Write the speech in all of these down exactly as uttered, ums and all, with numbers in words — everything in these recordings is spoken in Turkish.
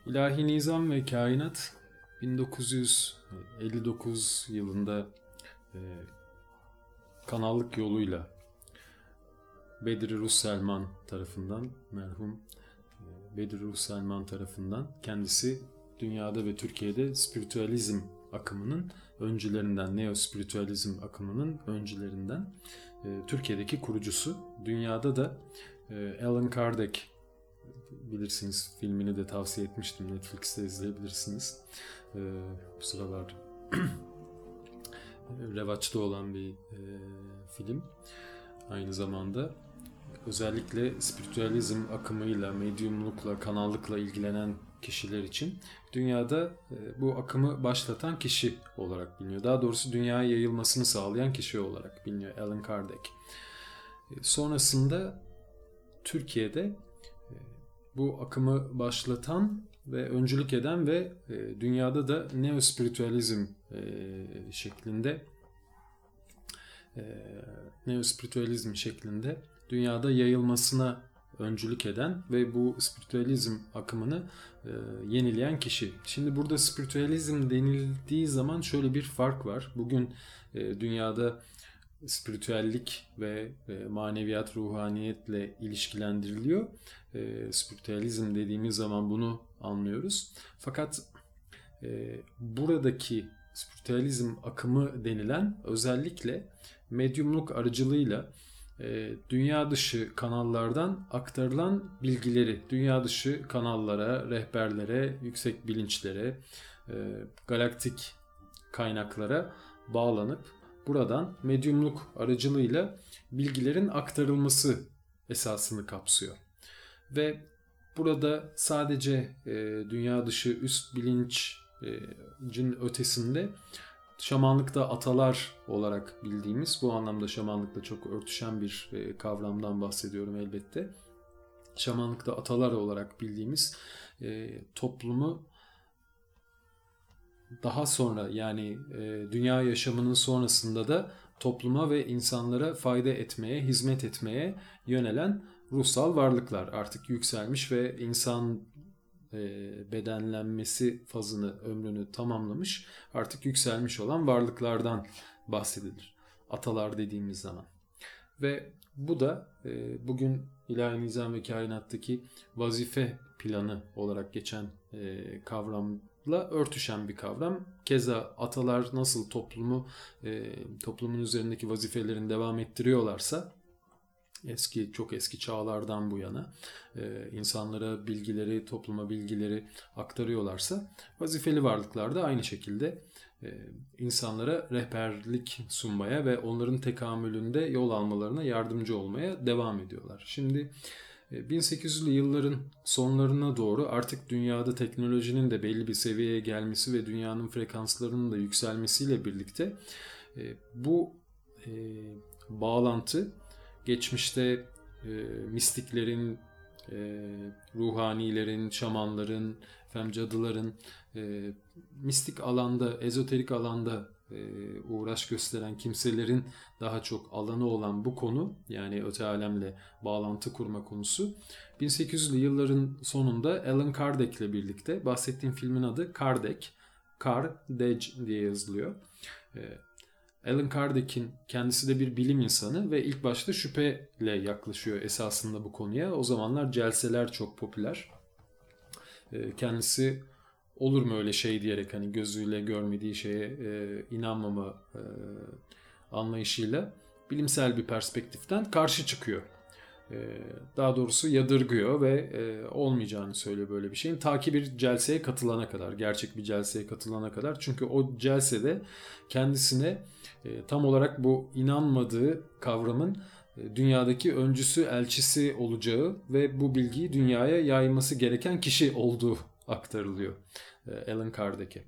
İlahi Nizam ve Kainat bin dokuz yüz elli dokuz yılında e, kanallık yoluyla Bedri Rus Selman tarafından merhum e, Bedri Rus Selman tarafından kendisi dünyada ve Türkiye'de spiritüalizm akımının öncülerinden, neo-spiritüalizm akımının öncülerinden, e, Türkiye'deki kurucusu. Dünyada da e, Allan Kardec, bilirsiniz, filmini de tavsiye etmiştim, Netflix'te izleyebilirsiniz. E, bu sıralar revaçta olan bir e, film. Aynı zamanda özellikle spiritüalizm akımıyla, medyumlukla, kanallıkla ilgilenen kişiler için dünyada e, bu akımı başlatan kişi olarak biliniyor. Daha doğrusu dünyaya yayılmasını sağlayan kişi olarak biliniyor Allan Kardec. E, sonrasında Türkiye'de e, bu akımı başlatan ve öncülük eden ve e, dünyada da neo-spiritüalizm e, şeklinde e, neo-spiritüalizm şeklinde dünyada yayılmasına öncülük eden ve bu spiritüalizm akımını e, yenileyen kişi. Şimdi burada spiritüalizm denildiği zaman şöyle bir fark var. Bugün e, dünyada spiritüellik ve e, maneviyat, ruhaniyetle ilişkilendiriliyor. E, spiritüalizm dediğimiz zaman bunu anlıyoruz. Fakat e, buradaki spiritüalizm akımı denilen özellikle medyumluk aracılığıyla e, dünya dışı kanallardan aktarılan bilgileri, dünya dışı kanallara, rehberlere, yüksek bilinçlere, e, galaktik kaynaklara bağlanıp buradan medyumluk aracılığıyla bilgilerin aktarılması esasını kapsıyor. Ve burada sadece e, dünya dışı üst bilincin ötesinde şamanlıkta atalar olarak bildiğimiz, bu anlamda şamanlıkla çok örtüşen bir e, kavramdan bahsediyorum elbette. Şamanlıkta atalar olarak bildiğimiz e, toplumu daha sonra, yani e, dünya yaşamının sonrasında da topluma ve insanlara fayda etmeye, hizmet etmeye yönelen ruhsal varlıklar, artık yükselmiş ve insan e, bedenlenmesi fazını, ömrünü tamamlamış, artık yükselmiş olan varlıklardan bahsedilir atalar dediğimiz zaman. Ve bu da e, bugün İlahi Nizam ve Kainat'taki vazife planı olarak geçen e, kavramla örtüşen bir kavram. Keza atalar nasıl toplumu, e, toplumun üzerindeki vazifelerini devam ettiriyorlarsa, eski, çok eski çağlardan bu yana e, insanlara bilgileri, topluma bilgileri aktarıyorlarsa, vazifeli varlıklar da aynı şekilde e, insanlara rehberlik sunmaya ve onların tekamülünde yol almalarına yardımcı olmaya devam ediyorlar. Şimdi e, bin sekiz yüzlü yılların sonlarına doğru artık dünyada teknolojinin de belli bir seviyeye gelmesi ve dünyanın frekanslarının da yükselmesiyle birlikte e, bu e, bağlantı geçmişte e, mistiklerin, e, ruhanilerin, şamanların, efendim, cadıların e, mistik alanda, ezoterik alanda e, uğraş gösteren kimselerin daha çok alanı olan bu konu, yani öte alemle bağlantı kurma konusu, bin sekiz yüzlü yılların sonunda Allan Kardec'le birlikte, bahsettiğim filmin adı Kardec, Kardec diye yazılıyor. E, Allan Kardec'in kendisi de bir bilim insanı ve ilk başta şüpheyle yaklaşıyor esasında bu konuya. O zamanlar celseler çok popüler. Kendisi olur mu öyle şey diyerek, hani gözüyle görmediği şeye e, inanmama e, anlayışıyla bilimsel bir perspektiften karşı çıkıyor. Daha doğrusu yadırgıyor ve e, olmayacağını söylüyor böyle bir şeyin. Ta ki bir celseye katılana kadar, gerçek bir celseye katılana kadar. Çünkü o celsede kendisine e, tam olarak bu inanmadığı kavramın e, dünyadaki öncüsü, elçisi olacağı ve bu bilgiyi dünyaya yayması gereken kişi olduğu aktarılıyor e, Allan Kardec'e.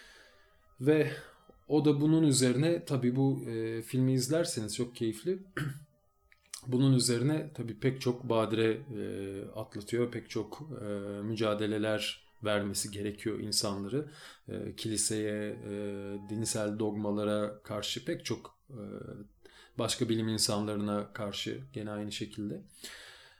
Ve o da bunun üzerine, tabii bu e, filmi izlerseniz çok keyifli. Bunun üzerine tabii pek çok badire e, atlatıyor, pek çok e, mücadeleler vermesi gerekiyor insanları. E, kiliseye, e, dinsel dogmalara karşı, pek çok e, başka bilim insanlarına karşı gene aynı şekilde.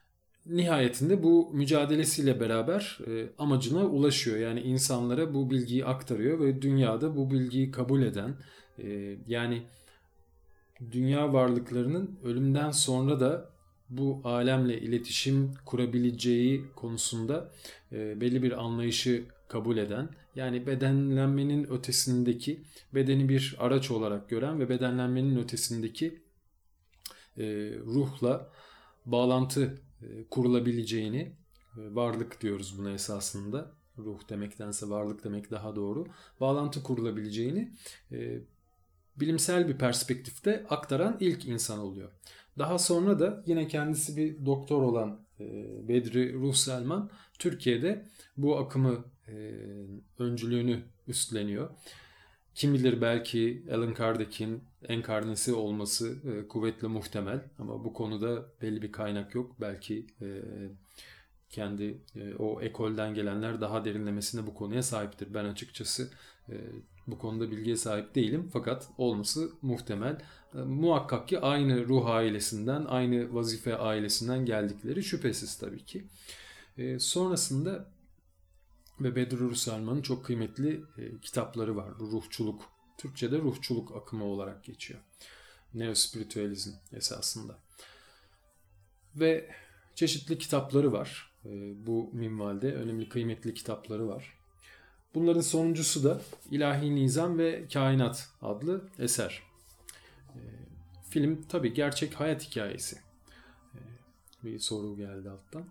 nihayetinde bu mücadelesiyle beraber e, amacına ulaşıyor. Yani insanlara bu bilgiyi aktarıyor ve dünyada bu bilgiyi kabul eden, e, yani dünya varlıklarının ölümden sonra da bu alemle iletişim kurabileceği konusunda e, belli bir anlayışı kabul eden, yani bedenlenmenin ötesindeki, bedeni bir araç olarak gören ve bedenlenmenin ötesindeki e, ruhla bağlantı e, kurulabileceğini, e, varlık diyoruz buna esasında, ruh demektense varlık demek daha doğru, bağlantı kurulabileceğini e, bilimsel bir perspektifte aktaran ilk insan oluyor. Daha sonra da yine kendisi bir doktor olan e, Bedri Ruh Selman Türkiye'de bu akımı e, öncülüğünü üstleniyor. Kim bilir, belki Allan Kardec'in enkarnesi olması e, kuvvetle muhtemel, ama bu konuda belli bir kaynak yok. Belki e, kendi e, o ekolden gelenler daha derinlemesine bu konuya sahiptir. Ben açıkçası e, bu konuda bilgiye sahip değilim, fakat olması muhtemel. E, muhakkak ki aynı ruh ailesinden, aynı vazife ailesinden geldikleri şüphesiz tabii ki. E, sonrasında ve Bedri Ruh Selman'ın çok kıymetli e, kitapları var. Bu ruhçuluk, Türkçe'de ruhçuluk akımı olarak geçiyor. Neospiritüalizm esasında. Ve çeşitli kitapları var. E, bu minvalde önemli, kıymetli kitapları var. Bunların sonuncusu da İlahi Nizam ve Kainat adlı eser. E, film tabii gerçek hayat hikayesi. E, bir soru geldi alttan.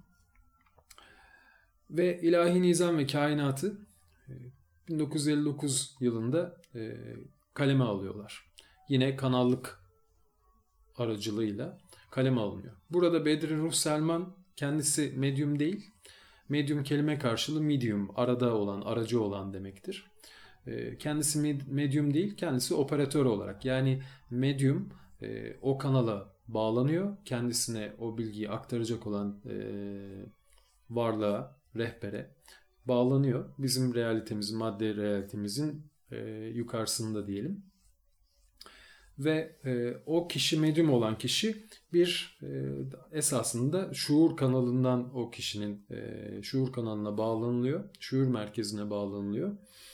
Ve İlahi Nizam ve Kainat'ı bin dokuz yüz elli dokuz yılında e, kaleme alıyorlar. Yine kanallık aracılığıyla kaleme alınıyor. Burada Bedri Ruh Selman kendisi medyum değil. Medyum kelime karşılığı medium, arada olan, aracı olan demektir. E, kendisi medyum değil, kendisi operatör olarak. Yani medyum e, o kanala bağlanıyor. Kendisine o bilgiyi aktaracak olan e, varlığa, rehbere bağlanıyor. Bizim realitemizin, madde realitemizin e, yukarısında diyelim. Ve e, o kişi, medyum olan kişi bir e, esasında şuur kanalından, o kişinin e, şuur kanalına bağlanılıyor. Şuur merkezine bağlanılıyor.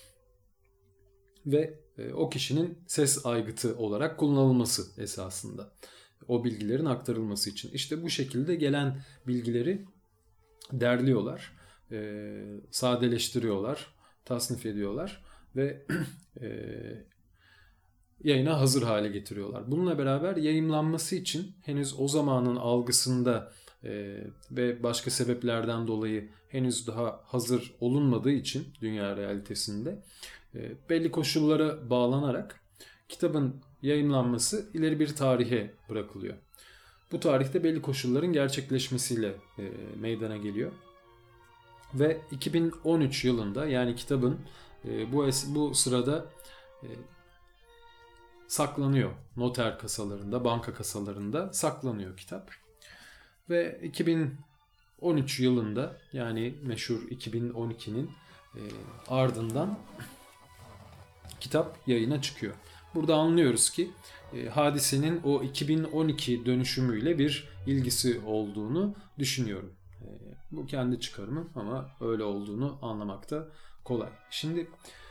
Ve e, o kişinin ses aygıtı olarak kullanılması esasında. O bilgilerin aktarılması için. İşte bu şekilde gelen bilgileri derliyorlar, e, sadeleştiriyorlar, tasnif ediyorlar ve e, yayına hazır hale getiriyorlar. Bununla beraber yayımlanması için henüz o zamanın algısında e, ve başka sebeplerden dolayı henüz daha hazır olunmadığı için dünya realitesinde e, belli koşullara bağlanarak kitabın yayımlanması ileri bir tarihe bırakılıyor. Bu tarihte belli koşulların gerçekleşmesiyle e, meydana geliyor. Ve iki bin on üç yılında, yani kitabın e, bu es- bu sırada e, saklanıyor. Noter kasalarında, banka kasalarında saklanıyor kitap. Ve iki bin on üç yılında, yani meşhur iki bin on ikinin e, ardından kitap yayına çıkıyor. Burada anlıyoruz ki e, hadisenin o iki bin on iki dönüşümüyle bir ilgisi olduğunu düşünüyorum. E, bu kendi çıkarımım ama öyle olduğunu anlamakta kolay. Şimdi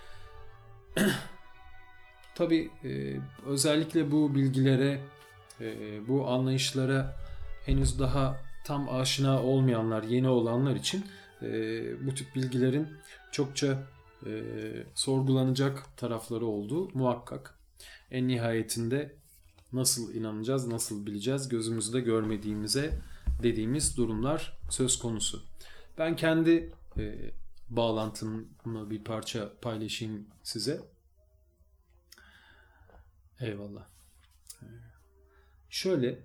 tabii e, özellikle bu bilgilere, e, bu anlayışlara henüz daha tam aşina olmayanlar, yeni olanlar için e, bu tip bilgilerin çokça e, sorgulanacak tarafları olduğu muhakkak. En nihayetinde nasıl inanacağız, nasıl bileceğiz, gözümüzde görmediğimize dediğimiz durumlar söz konusu. Ben kendi e, bağlantımı bir parça paylaşayım size. Eyvallah. Şöyle,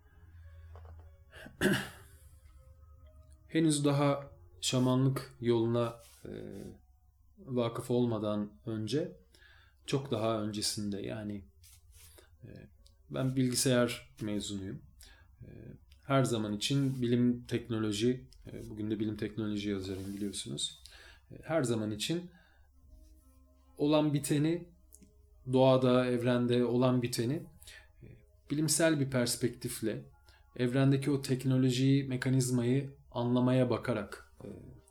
henüz daha şamanlık yoluna e, vakıf olmadan önce, çok daha öncesinde, yani e, ben bilgisayar mezunuyum. E, her zaman için bilim teknoloji, e, bugün de bilim teknoloji yazarıyım biliyorsunuz. E, her zaman için olan biteni, doğada, evrende olan biteni e, bilimsel bir perspektifle, evrendeki o teknolojiyi, mekanizmayı anlamaya bakarak e,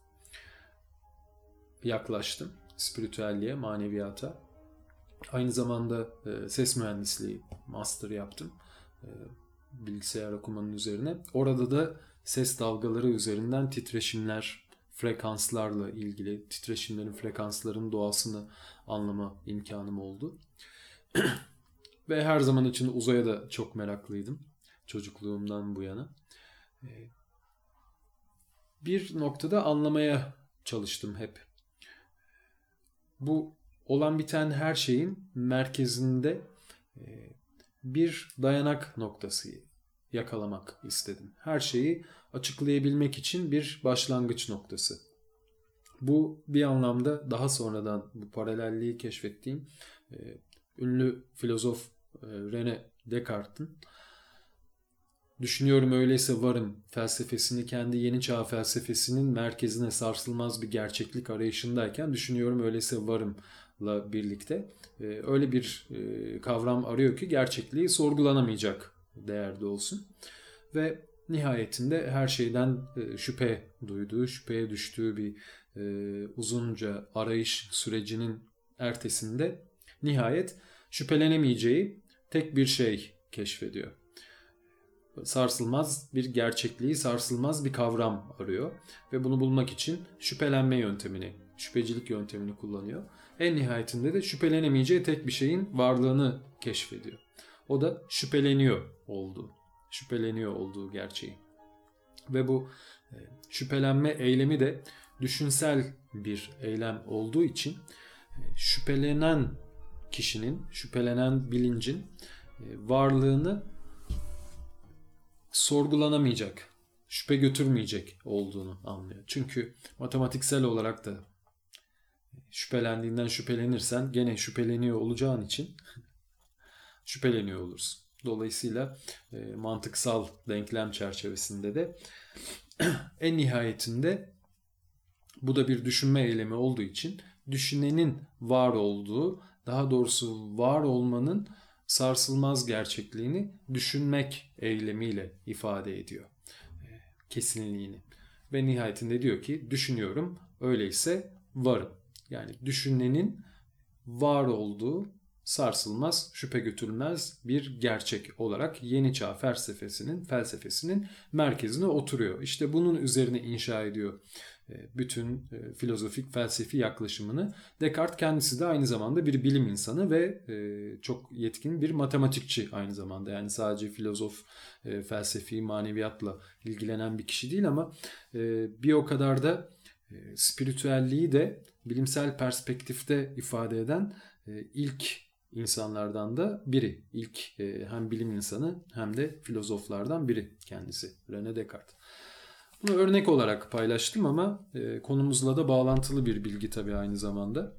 yaklaştım spiritüelliğe, maneviyata. Aynı zamanda e, ses mühendisliği master yaptım e, bilgisayar okumanın üzerine. Orada da ses dalgaları üzerinden titreşimler, frekanslarla ilgili titreşimlerin, frekansların doğasını anlama imkanım oldu. Ve her zaman için uzaya da çok meraklıydım çocukluğumdan bu yana. E, bir noktada anlamaya çalıştım hep. Bu olan biten her şeyin merkezinde bir dayanak noktası yakalamak istedim. Her şeyi açıklayabilmek için bir başlangıç noktası. Bu bir anlamda daha sonradan bu paralelliği keşfettiğim ünlü filozof René Descartes'in "Düşünüyorum öyleyse varım" felsefesini kendi yeni çağ felsefesinin merkezine sarsılmaz bir gerçeklik arayışındayken "Düşünüyorum öyleyse varım'la birlikte öyle bir kavram arıyor ki gerçekliği sorgulanamayacak değerde olsun. Ve nihayetinde her şeyden şüphe duyduğu, şüpheye düştüğü bir uzunca arayış sürecinin ertesinde nihayet şüphelenemeyeceği tek bir şey keşfediyor. Sarsılmaz bir gerçekliği, sarsılmaz bir kavram arıyor. Ve bunu bulmak için şüphelenme yöntemini, şüphecilik yöntemini kullanıyor. En nihayetinde de şüphelenemeyeceği tek bir şeyin varlığını keşfediyor. O da şüpheleniyor olduğu, şüpheleniyor olduğu gerçeği. Ve bu şüphelenme eylemi de düşünsel bir eylem olduğu için şüphelenen kişinin, şüphelenen bilincin varlığını sorgulanamayacak, şüphe götürmeyecek olduğunu anlıyor. Çünkü matematiksel olarak da şüphelendiğinden şüphelenirsen gene şüpheleniyor olacağın için şüpheleniyor olursun. Dolayısıyla e, mantıksal denklem çerçevesinde de en nihayetinde bu da bir düşünme eylemi olduğu için düşünenin var olduğu, daha doğrusu var olmanın sarsılmaz gerçekliğini düşünmek eylemiyle ifade ediyor. Kesinliğini. Ve nihayetinde diyor ki düşünüyorum öyleyse varım. Yani düşünenin var olduğu sarsılmaz, şüphe götürülmez bir gerçek olarak yeni çağ felsefesinin felsefesinin merkezine oturuyor. İşte bunun üzerine inşa ediyor bütün filozofik felsefi yaklaşımını. Descartes kendisi de aynı zamanda bir bilim insanı ve çok yetkin bir matematikçi aynı zamanda. Yani sadece filozof, felsefi, maneviyatla ilgilenen bir kişi değil ama bir o kadar da spiritüelliği de bilimsel perspektifte ifade eden ilk insanlardan da biri. İlk hem bilim insanı hem de filozoflardan biri kendisi René Descartes. Bunu örnek olarak paylaştım ama e, konumuzla da bağlantılı bir bilgi tabii aynı zamanda.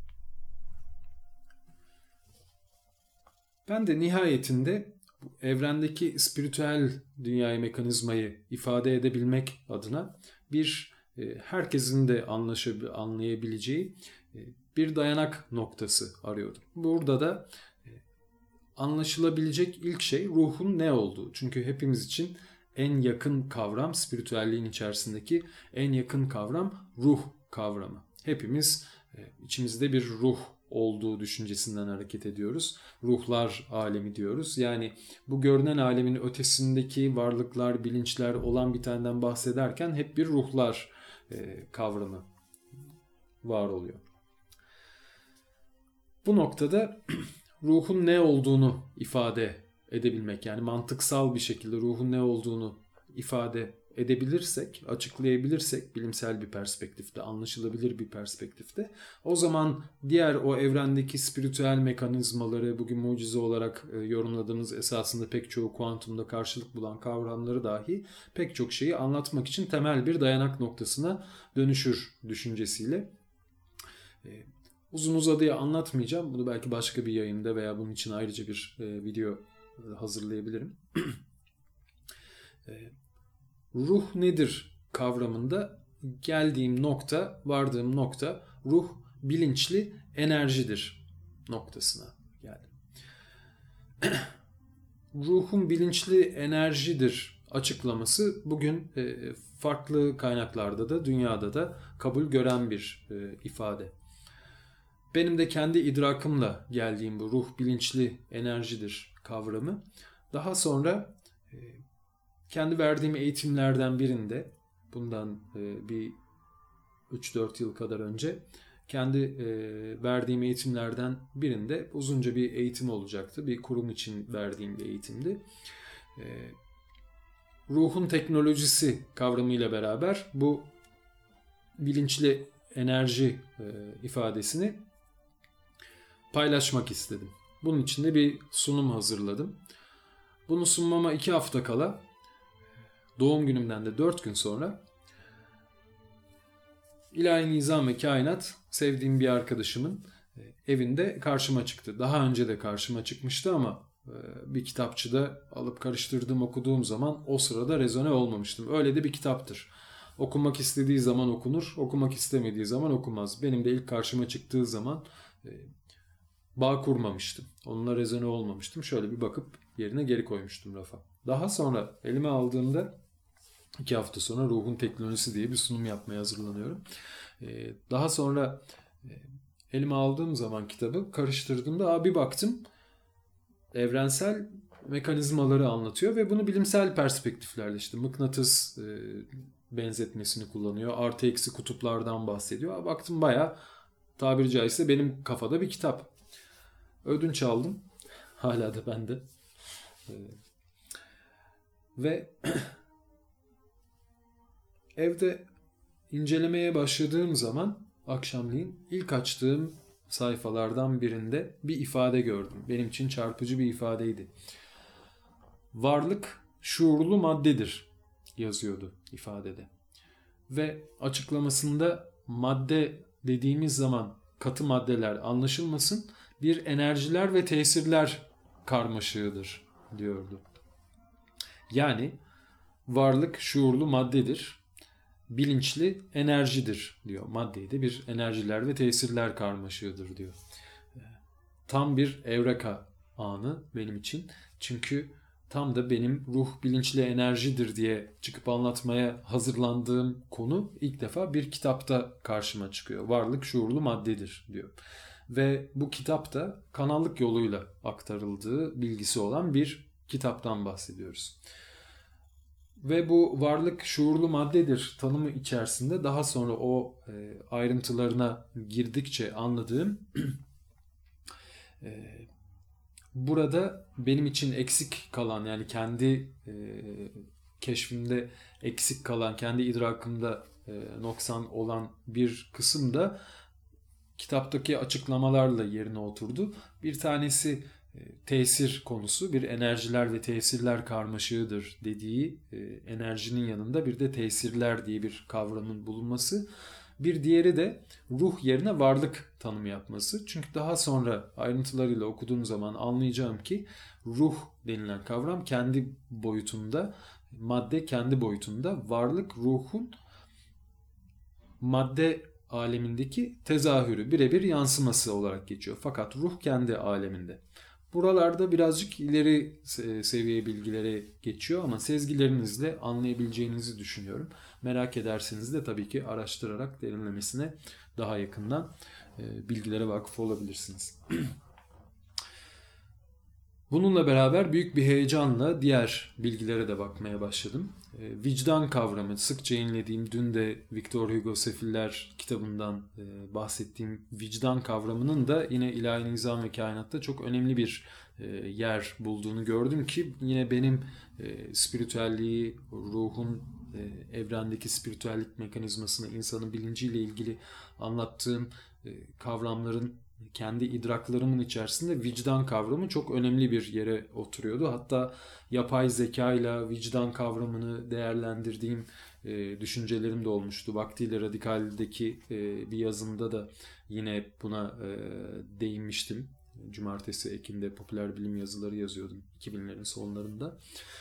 Ben de nihayetinde bu evrendeki spiritüel dünyayı, mekanizmayı ifade edebilmek adına bir e, herkesin de anlaşab- anlayabileceği e, bir dayanak noktası arıyordum. Burada da e, anlaşılabilecek ilk şey ruhun ne olduğu. Çünkü hepimiz için en yakın kavram, spiritüelliğin içerisindeki en yakın kavram ruh kavramı. Hepimiz içimizde bir ruh olduğu düşüncesinden hareket ediyoruz. Ruhlar alemi diyoruz. Yani bu görünen alemin ötesindeki varlıklar, bilinçler olan bitenden bahsederken hep bir ruhlar kavramı var oluyor. Bu noktada ruhun ne olduğunu ifade edebilmek, yani mantıksal bir şekilde ruhun ne olduğunu ifade edebilirsek, açıklayabilirsek bilimsel bir perspektifte, anlaşılabilir bir perspektifte, o zaman diğer o evrendeki spiritüel mekanizmaları, bugün mucize olarak yorumladığımız esasında pek çoğu kuantumda karşılık bulan kavramları dahi pek çok şeyi anlatmak için temel bir dayanak noktasına dönüşür düşüncesiyle. Uzun uzadıya anlatmayacağım. Bunu belki başka bir yayında veya bunun için ayrıca bir video hazırlayabilirim. Ruh nedir kavramında geldiğim nokta, vardığım nokta ruh bilinçli enerjidir noktasına geldim. Ruhun bilinçli enerjidir açıklaması bugün e, farklı kaynaklarda da dünyada da kabul gören bir e, ifade. Benim de kendi idrakımla geldiğim bu ruh bilinçli enerjidir kavramı. Daha sonra e, kendi verdiğim eğitimlerden birinde, bundan e, bir üç dört yıl kadar önce, kendi e, verdiğim eğitimlerden birinde uzunca bir eğitim olacaktı. Bir kurum için verdiğim bir eğitimdi. E, ruhun teknolojisi kavramıyla beraber bu bilinçli enerji e, ifadesini paylaşmak istedim. Bunun için de bir sunum hazırladım. Bunu sunmama iki hafta kala, doğum günümden de dört gün sonra, İlahi Nizam ve Kainat sevdiğim bir arkadaşımın evinde karşıma çıktı. Daha önce de karşıma çıkmıştı ama bir kitapçıda alıp karıştırdığım, okuduğum zaman o sırada rezone olmamıştım. Öyle de bir kitaptır. Okunmak istediği zaman okunur, okumak istemediği zaman okunmaz. Benim de ilk karşıma çıktığı zaman bağ kurmamıştım. Onunla rezone olmamıştım. Şöyle bir bakıp yerine geri koymuştum rafa. Daha sonra elime aldığımda iki hafta sonra Ruhun Teknolojisi diye bir sunum yapmaya hazırlanıyorum. Daha sonra elime aldığım zaman kitabı karıştırdığımda abi baktım evrensel mekanizmaları anlatıyor ve bunu bilimsel perspektiflerle, işte mıknatıs e, benzetmesini kullanıyor. Artı eksi kutuplardan bahsediyor. Baktım bayağı, tabiri caizse benim kafada bir kitap. Ödünç aldım. Hala da bende. E, ve evde incelemeye başladığım zaman akşamleyin ilk açtığım sayfalardan birinde bir ifade gördüm. Benim için çarpıcı bir ifadeydi. Varlık şuurlu maddedir yazıyordu ifadede. Ve açıklamasında madde dediğimiz zaman katı maddeler anlaşılmasın, bir enerjiler ve tesirler karmaşığıdır diyordu. Yani varlık şuurlu maddedir, bilinçli enerjidir diyor. Maddeyi de bir enerjiler ve tesirler karmaşığıdır diyor. Tam bir evreka anı benim için. Çünkü tam da benim ruh bilinçli enerjidir diye çıkıp anlatmaya hazırlandığım konu ilk defa bir kitapta karşıma çıkıyor. Varlık şuurlu maddedir diyor. Ve bu kitapta kanallık yoluyla aktarıldığı bilgisi olan bir kitaptan bahsediyoruz. Ve bu varlık şuurlu maddedir tanımı içerisinde daha sonra o e, ayrıntılarına girdikçe anladığım e, burada benim için eksik kalan, yani kendi e, keşfimde eksik kalan, kendi idrakımda e, noksan olan bir kısım da kitaptaki açıklamalarla yerine oturdu. Bir tanesi tesir konusu, bir enerjiler ve tesirler karmaşığıdır dediği e, enerjinin yanında bir de tesirler diye bir kavramın bulunması. Bir diğeri de ruh yerine varlık tanımı yapması. Çünkü daha sonra ayrıntılarıyla okuduğum zaman anlayacağım ki ruh denilen kavram kendi boyutunda, madde kendi boyutunda, varlık ruhun madde alemindeki tezahürü, birebir yansıması olarak geçiyor. Fakat ruh kendi aleminde. Buralarda birazcık ileri seviye bilgilere geçiyor ama sezgilerinizle anlayabileceğinizi düşünüyorum. Merak ederseniz de tabii ki araştırarak derinlemesine daha yakından bilgilere vakıf olabilirsiniz. Bununla beraber büyük bir heyecanla diğer bilgilere de bakmaya başladım. Vicdan kavramı, sıkça inlediğim, dün de Victor Hugo Sefiller kitabından bahsettiğim vicdan kavramının da yine İlahi Nizam ve Kainat'ta çok önemli bir yer bulduğunu gördüm ki yine benim spiritüelliği, ruhun evrendeki spiritüellik mekanizmasını, insanın bilinciyle ilgili anlattığım kavramların kendi idraklarımın içerisinde vicdan kavramı çok önemli bir yere oturuyordu. Hatta yapay zeka ile vicdan kavramını değerlendirdiğim e, düşüncelerim de olmuştu. Vaktiyle Radikal'deki e, bir yazımda da yine buna e, değinmiştim. Cumartesi Ekim'de popüler bilim yazıları yazıyordum iki binlerin sonlarında.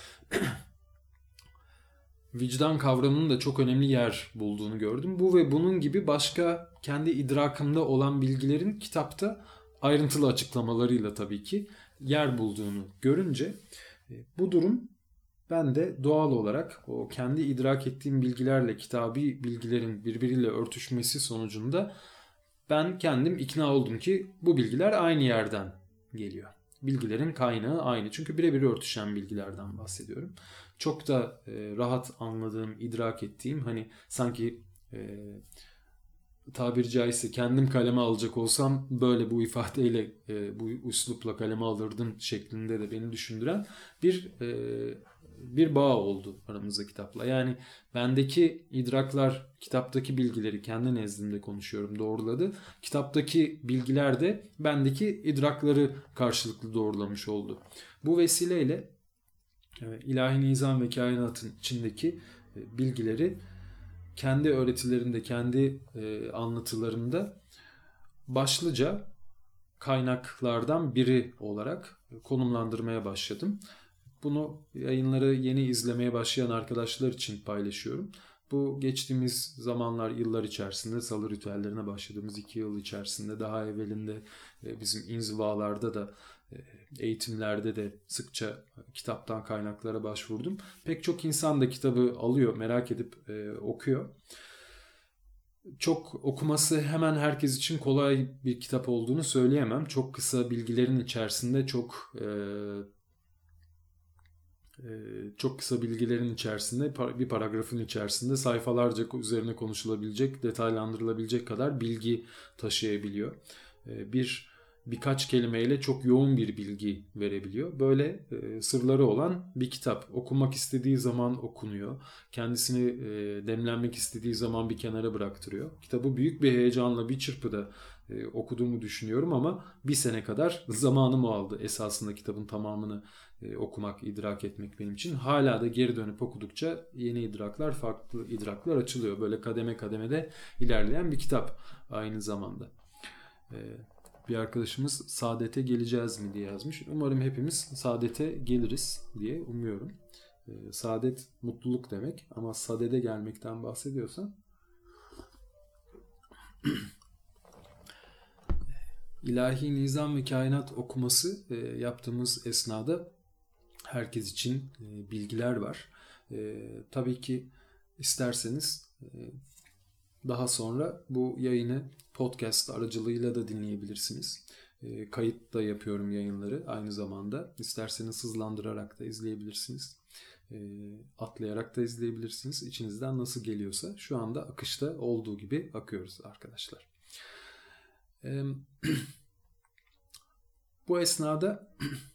Vicdan kavramının da çok önemli yer bulduğunu gördüm. Bu ve bunun gibi başka kendi idrakımda olan bilgilerin kitapta ayrıntılı açıklamalarıyla tabii ki yer bulduğunu görünce bu durum Ben de doğal olarak o kendi idrak ettiğim bilgilerle kitabi bilgilerin birbiriyle örtüşmesi sonucunda ben kendim ikna oldum ki bu bilgiler aynı yerden geliyor. Bilgilerin kaynağı aynı. Çünkü birebir örtüşen bilgilerden bahsediyorum. Çok da e, rahat anladığım, idrak ettiğim, hani sanki e, tabiri caizse kendim kaleme alacak olsam böyle bu ifadeyle, e, bu üslupla kaleme alırdım şeklinde de beni düşündüren bir e, bir bağ oldu aramızda kitapla. Yani bendeki idraklar kitaptaki bilgileri kendi nezdimde konuşuyorum doğruladı. Kitaptaki bilgiler de bendeki idrakları karşılıklı doğrulamış oldu. Bu vesileyle e, ilahi nizam ve kainatın içindeki e, bilgileri kendi öğretilerimde, kendi e, anlatılarımda başlıca kaynaklardan biri olarak konumlandırmaya başladım. Bunu yayınları yeni izlemeye başlayan arkadaşlar için paylaşıyorum. Bu geçtiğimiz zamanlar, yıllar içerisinde salı ritüellerine başladığımız iki yıl içerisinde, daha evvelinde bizim inzivalarda da, eğitimlerde de sıkça kitaptan kaynaklara başvurdum. Pek çok insan da kitabı alıyor, merak edip e, okuyor. Çok okuması hemen herkes için kolay bir kitap olduğunu söyleyemem. Çok kısa bilgilerin içerisinde çok e, e, çok kısa bilgilerin içerisinde, bir paragrafın içerisinde sayfalarca üzerine konuşulabilecek, detaylandırılabilecek kadar bilgi taşıyabiliyor. E, bir birkaç kelimeyle çok yoğun bir bilgi verebiliyor. Böyle e, sırları olan bir kitap. Okumak istediği zaman okunuyor. Kendisini e, demlenmek istediği zaman bir kenara bıraktırıyor. Kitabı büyük bir heyecanla bir çırpıda e, okuduğumu düşünüyorum ama bir sene kadar zamanımı aldı esasında kitabın tamamını e, okumak, idrak etmek benim için. Hala da geri dönüp okudukça yeni idraklar, farklı idraklar açılıyor. Böyle kademe kademede ilerleyen bir kitap aynı zamanda. E, Bir arkadaşımız saadete geleceğiz mi diye yazmış. Umarım hepimiz saadete geliriz diye umuyorum. E, saadet mutluluk demek ama sadede gelmekten bahsediyorsan ilahi nizam ve kainat okuması e, yaptığımız esnada herkes için e, bilgiler var. E, tabii ki isterseniz e, daha sonra bu yayını podcast aracılığıyla da dinleyebilirsiniz. E, kayıt da yapıyorum yayınları aynı zamanda. İsterseniz hızlandırarak da izleyebilirsiniz. E, atlayarak da izleyebilirsiniz. İçinizden nasıl geliyorsa şu anda akışta olduğu gibi akıyoruz arkadaşlar. E, bu esnada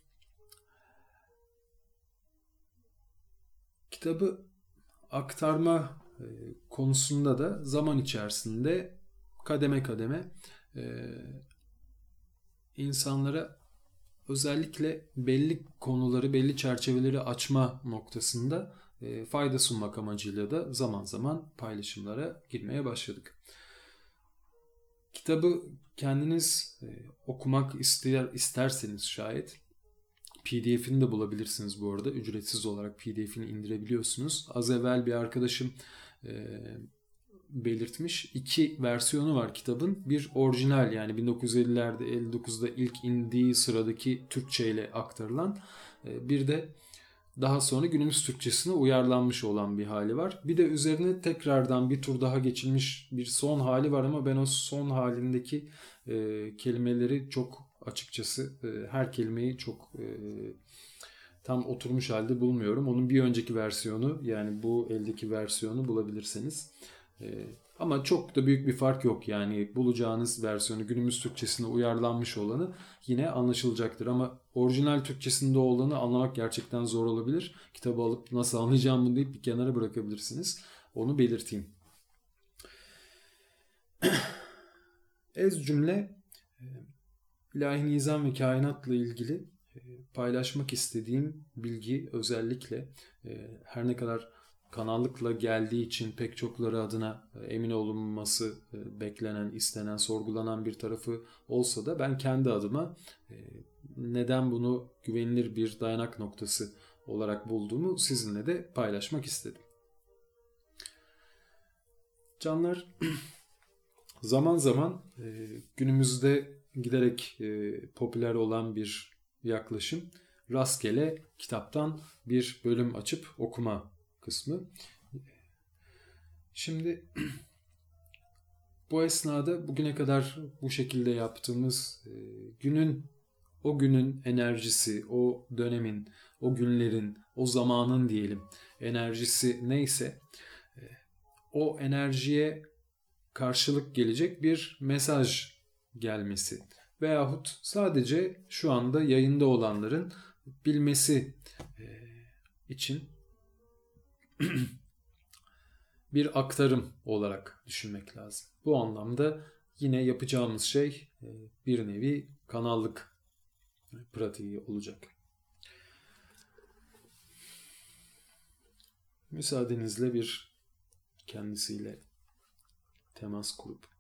kitabı aktarma e, konusunda da zaman içerisinde kademe kademe e, insanlara özellikle belli konuları, belli çerçeveleri açma noktasında e, fayda sunmak amacıyla da zaman zaman paylaşımlara girmeye başladık. Kitabı kendiniz e, okumak ister, isterseniz şayet P D F'ini de bulabilirsiniz bu arada. Ücretsiz olarak P D F'ini indirebiliyorsunuz. Az evvel bir arkadaşım e, belirtmiş. İki versiyonu var kitabın. Bir orijinal, yani bin dokuz yüz ellilerde elli dokuzda ilk indiği sıradaki Türkçe ile aktarılan. E, bir de daha sonra günümüz Türkçesine uyarlanmış olan bir hali var. Bir de üzerine tekrardan bir tur daha geçilmiş bir son hali var ama ben o son halindeki e, kelimeleri çok açıkçası e, her kelimeyi çok e, tam oturmuş halde bulmuyorum. Onun bir önceki versiyonu, yani bu eldeki versiyonu bulabilirseniz. E, ama çok da büyük bir fark yok. Yani bulacağınız versiyonu, günümüz Türkçesine uyarlanmış olanı yine anlaşılacaktır. Ama orijinal Türkçesinde olanı anlamak gerçekten zor olabilir. Kitabı alıp nasıl anlayacağım bunu deyip bir kenara bırakabilirsiniz. Onu belirteyim. Ez cümle ilahi nizam ve kainatla ilgili paylaşmak istediğim bilgi özellikle her ne kadar kanallıkla geldiği için pek çokları adına emin olunması beklenen, istenen, sorgulanan bir tarafı olsa da ben kendi adıma neden bunu güvenilir bir dayanak noktası olarak bulduğumu sizinle de paylaşmak istedim. Canlar, zaman zaman günümüzde giderek popüler olan bir yaklaşım rastgele kitaptan bir bölüm açıp okuma kısmı. Şimdi bu esnada bugüne kadar bu şekilde yaptığımız günün, o günün enerjisi, o dönemin, o günlerin, o zamanın diyelim enerjisi neyse o enerjiye karşılık gelecek bir mesaj gelmesi veyahut sadece şu anda yayında olanların bilmesi için bir aktarım olarak düşünmek lazım. Bu anlamda yine yapacağımız şey bir nevi kanallık pratiği olacak. Müsaadenizle bir kendisiyle temas kurup